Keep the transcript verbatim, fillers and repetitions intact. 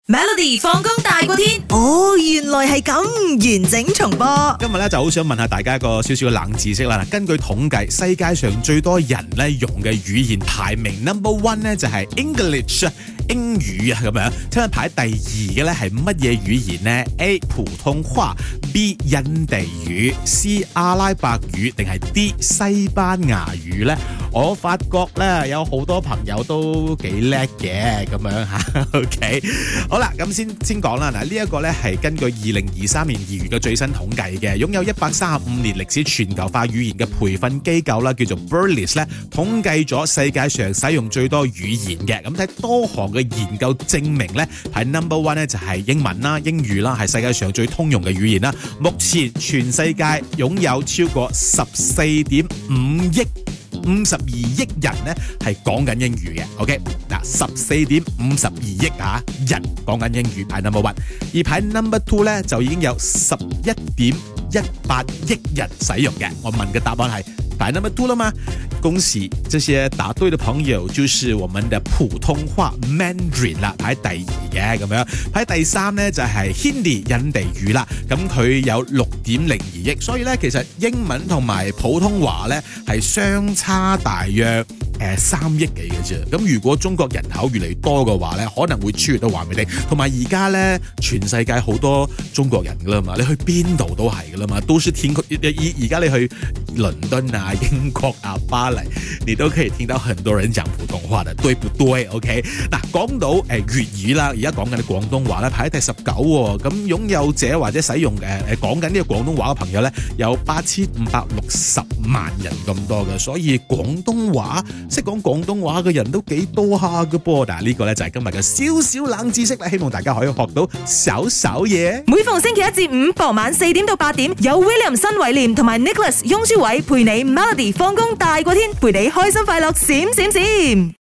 Melody 放工大過天， 哦，原來係咁，完整重播。 今日咧就好想問下大家一個少少嘅冷知識啦。根據統計，世界上最多人咧用嘅語言排名 number one 咧就係 English 英語啊咁樣。請問排第二嘅咧係乜嘢語言呢？ A 普通話 B 印地語 C 阿拉伯語定係 D 西班牙語呢？我發覺咧有好多朋友都幾叻嘅咁樣嚇。OK， 好啦，咁先先講啦。嗱，呢一個咧係根據二零二三年二月嘅最新統計嘅，擁有一百三十五年歷史全球化語言嘅培訓機構啦，叫做 Berlitz 咧，統計咗世界上使用最多語言嘅。咁睇多項嘅研究證明咧，係 number one 咧就係英文啦、英語啦，係世界上最通用嘅語言啦。目前全世界擁有超過十四點五億。五十二億人咧係講緊英語嘅 ，OK 嗱，十四點五十二億啊人講緊英語排 number one， 而排 number two 咧就已經有十一點一八億人使用嘅。我問嘅答案係排 number two 啦嘛，恭喜這些答對的朋友，就是我們的普通話 Mandarin 啦，排第二嘅咁樣，排第三咧就係 Hindi 印地語啦，咁佢有六點零二億，所以咧其實英文同埋普通話咧係相差大約誒三億幾嘅啫。咁如果中國人口越嚟越多嘅話咧，可能會超越到話俾你。同埋而家咧，全世界好多中國人噶啦嘛，你去邊度都係噶啦嘛，都是聽而而家你去倫敦啊、英國啊、巴黎，你都可以聽到很多人講普通話的，對不對 ？OK， 嗱，講到誒粵語啦，而家講緊啲廣東話咧，排喺第十九喎。咁擁有者或者使用誒誒講緊呢個廣東話嘅朋友咧，有八千五百六十萬人咁多嘅，所以廣東話識講廣東話嘅人都幾多下嘅噃。嗱，呢個咧就係今日嘅少少冷知識啦，希望大家可以學到少少嘢。 每逢星期一至五傍晚四點到八點，有 William 新偉廉同埋 Nicholas 雍舒偉陪你 Melody 放工大過天，陪你開心快樂閃閃閃。